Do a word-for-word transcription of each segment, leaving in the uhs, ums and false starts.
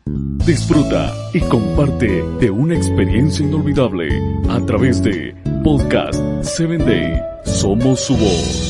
Disfruta y comparte de una experiencia inolvidable a través de Podcast siete Day. Somos su voz.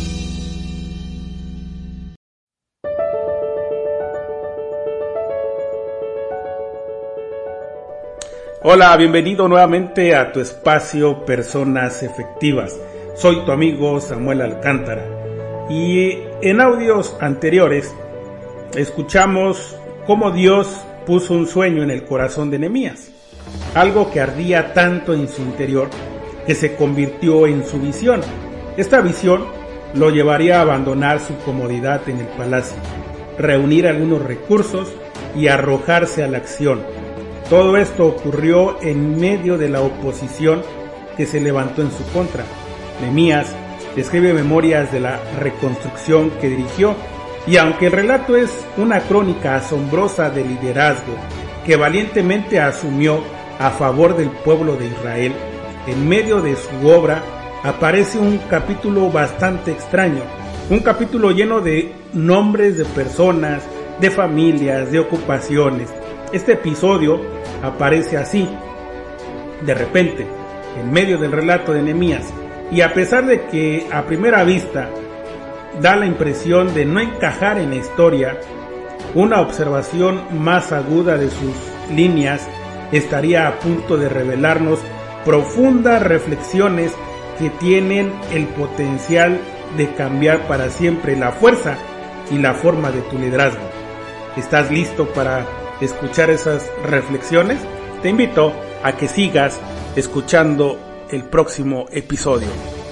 Hola, bienvenido nuevamente a tu espacio Personas Efectivas. Soy tu amigo Samuel Alcántara. Y en audios anteriores escuchamos cómo Dios puso un sueño en el corazón de Nehemías, algo que ardía tanto en su interior que se convirtió en su visión. Esta visión lo llevaría a abandonar su comodidad en el palacio, reunir algunos recursos y arrojarse a la acción. Todo esto ocurrió en medio de la oposición que se levantó en su contra. Nehemías escribe memorias de la reconstrucción que dirigió, y aunque el relato es una crónica asombrosa de liderazgo que valientemente asumió a favor del pueblo de Israel, en medio de su obra aparece un capítulo bastante extraño, un capítulo lleno de nombres de personas, de familias, de ocupaciones. Este episodio aparece así, de repente, en medio del relato de Nehemías, y a pesar de que a primera vista da la impresión de no encajar en la historia, una observación más aguda de sus líneas estaría a punto de revelarnos profundas reflexiones que tienen el potencial de cambiar para siempre la fuerza y la forma de tu liderazgo. ¿Estás listo para escuchar esas reflexiones? Te invito a que sigas escuchando el próximo episodio.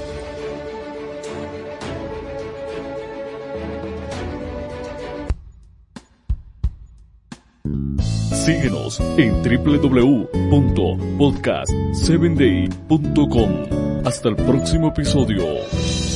Síguenos en doble u doble u doble u punto podcast siete day punto com. Hasta el próximo episodio.